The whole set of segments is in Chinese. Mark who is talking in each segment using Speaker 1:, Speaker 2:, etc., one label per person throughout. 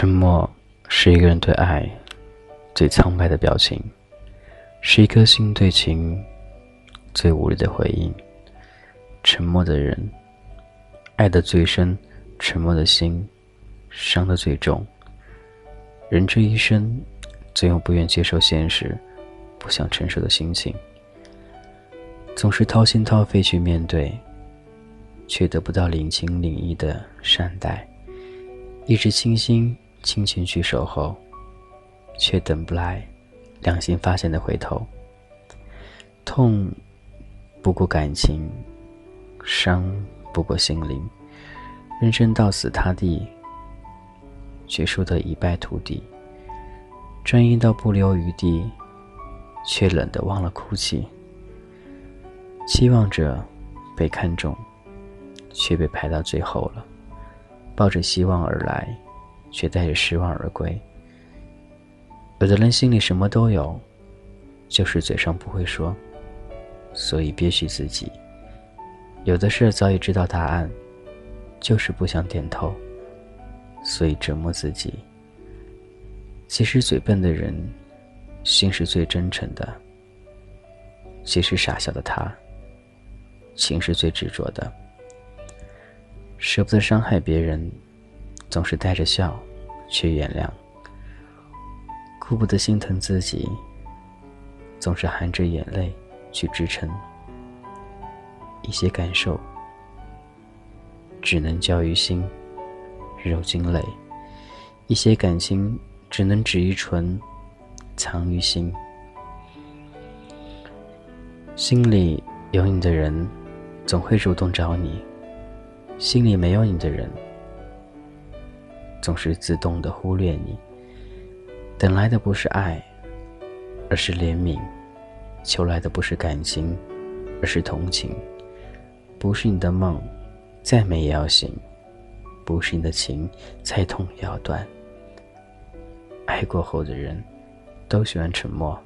Speaker 1: 沉默是一个人对爱最苍白的表情，是一颗心对情最无力的回应。沉默的人爱得最深，沉默的心伤得最重。人这一生总有不愿接受现实，不想承受的心情，总是掏心掏肺去面对，却得不到领情领意的善待，一直倾心倾情去守候，却等不来良心发现的回头。痛不过感情，伤不过心灵，人生到死他地，却输得一败涂地。专一到不留余地，却冷得忘了哭泣。期望着被看中，却被排到最后了。抱着希望而来，却带着失望而归。有的人心里什么都有，就是嘴上不会说，所以憋屈自己。有的事早已知道答案，就是不想点头，所以折磨自己。其实嘴笨的人心是最真诚的，其实傻笑的他情是最执着的。舍不得伤害别人，总是带着笑去原谅，顾不得心疼自己，总是含着眼泪去支撑。一些感受只能交于心，揉进泪；一些感情只能止于唇，藏于心。心里有你的人总会主动找你，心里没有你的人总是自动地忽略你。等来的不是爱，而是怜悯；求来的不是感情，而是同情。不是你的梦，再美也要醒；不是你的情，再痛也要断。爱过后的人都喜欢沉默，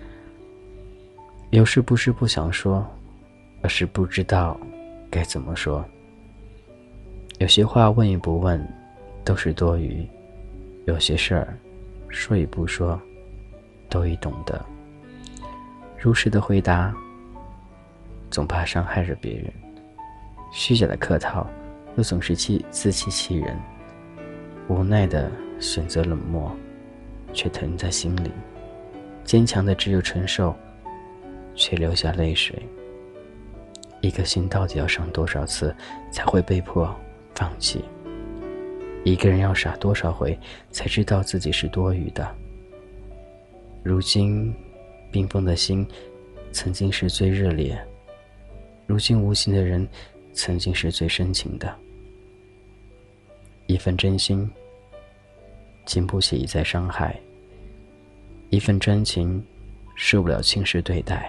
Speaker 1: 有时不是不想说，而是不知道该怎么说。有些话问与不问都是多余，有些事儿说与不说都已懂得。如实的回答总怕伤害着别人，虚假的客套又总是自欺欺人。无奈的选择冷漠，却疼在心里。坚强的只有承受，却流下泪水。一颗心到底要伤多少次才会被迫放弃？一个人要傻多少回才知道自己是多余的？如今冰封的心曾经是最热烈，如今无情的人曾经是最深情的。一份真心经不起一再伤害，一份真情受不了轻视对待。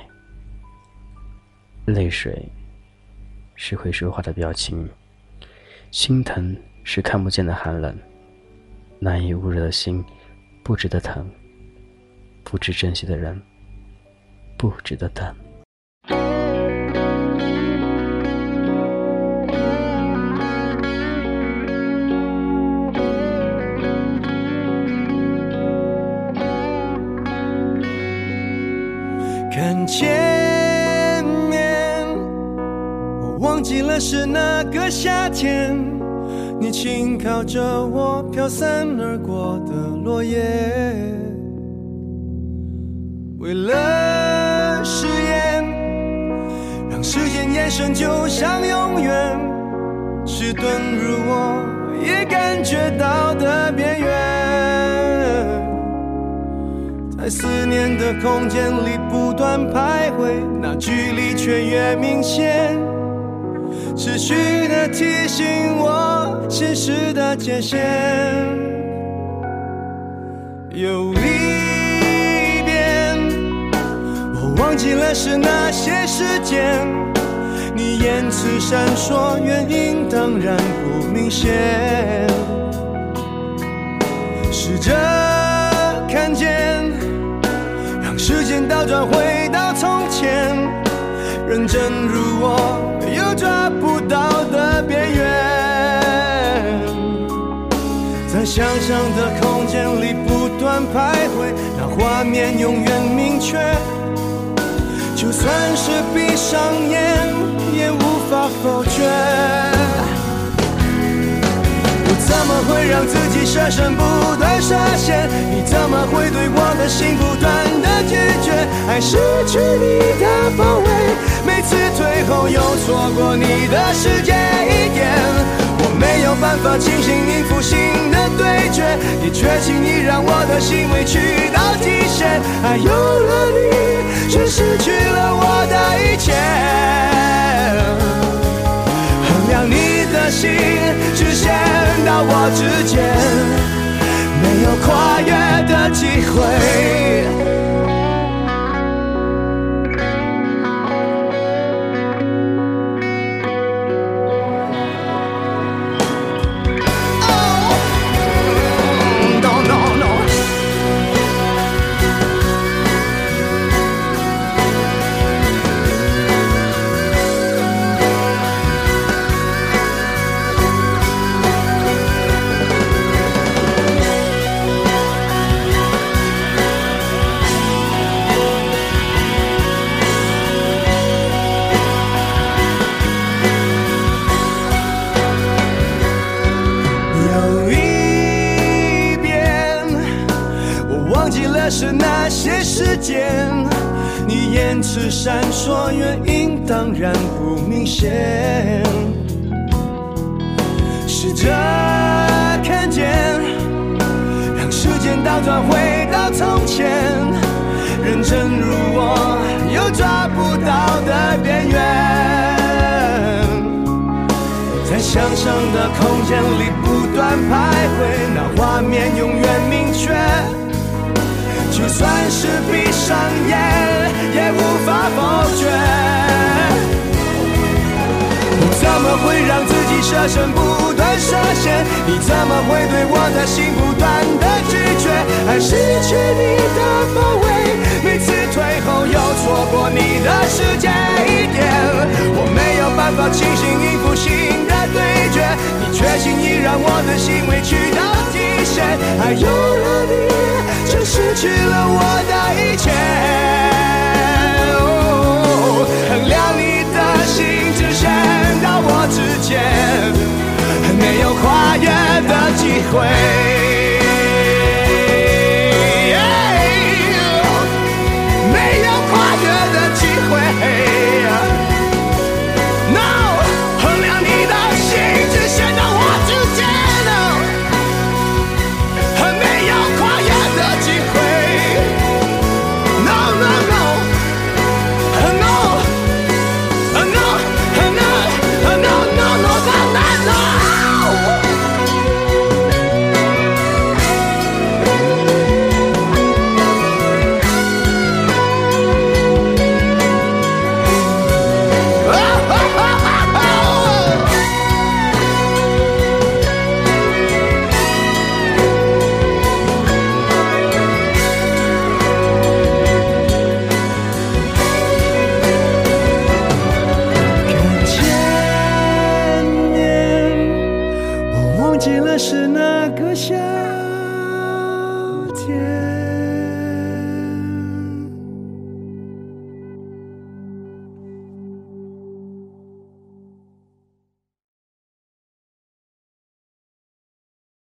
Speaker 1: 泪水是会说话的表情，心疼是看不见的寒冷。难以捂热的心不值得疼，不知珍惜的人不值得等。
Speaker 2: 看前面，我忘记了是那个夏天，你轻靠着我飘散而过的落叶。为了誓言，让时间延伸就像永远，迟钝如我也感觉到的边缘。在思念的空间里不断徘徊，那距离却越明显，持续地提醒我现实的界限。有一遍，我忘记了是那些时间，你言辞闪烁，原因当然不明显。试着看见，时间倒转回到从前，认真如我又抓不到的边缘。在想象的空间里不断徘徊，那画面永远明确，就算是闭上眼也无法否决。我怎么会让自己设身不断设限？你怎么会对我的心不断的拒绝？爱失去你的包围，每次退后又错过你的世界一点，我没有办法清醒应付新的对决，也确信你让我的心委屈到极限。爱有了你，却失去了我的一切。衡量你的心，只限到我之间，没有跨越的机会。是那些时间，你言辞闪烁，原因当然不明显。试着看见，让时间倒转回到从前，认真如我又抓不到的边缘，在想象的空间里不断徘徊，那画面永远明确，就算是闭上眼也无法否决。我怎么会让自己设身不断设限？你怎么会对我的心不断的拒绝？爱失去你的包围，每次退后又错过你的世界一点，我没有办法清醒应付新的对决，你确信你让我的心委屈到极限。爱有了你，就失去了我的一切。衡量你的心，只限到我之间，没有跨越的机会。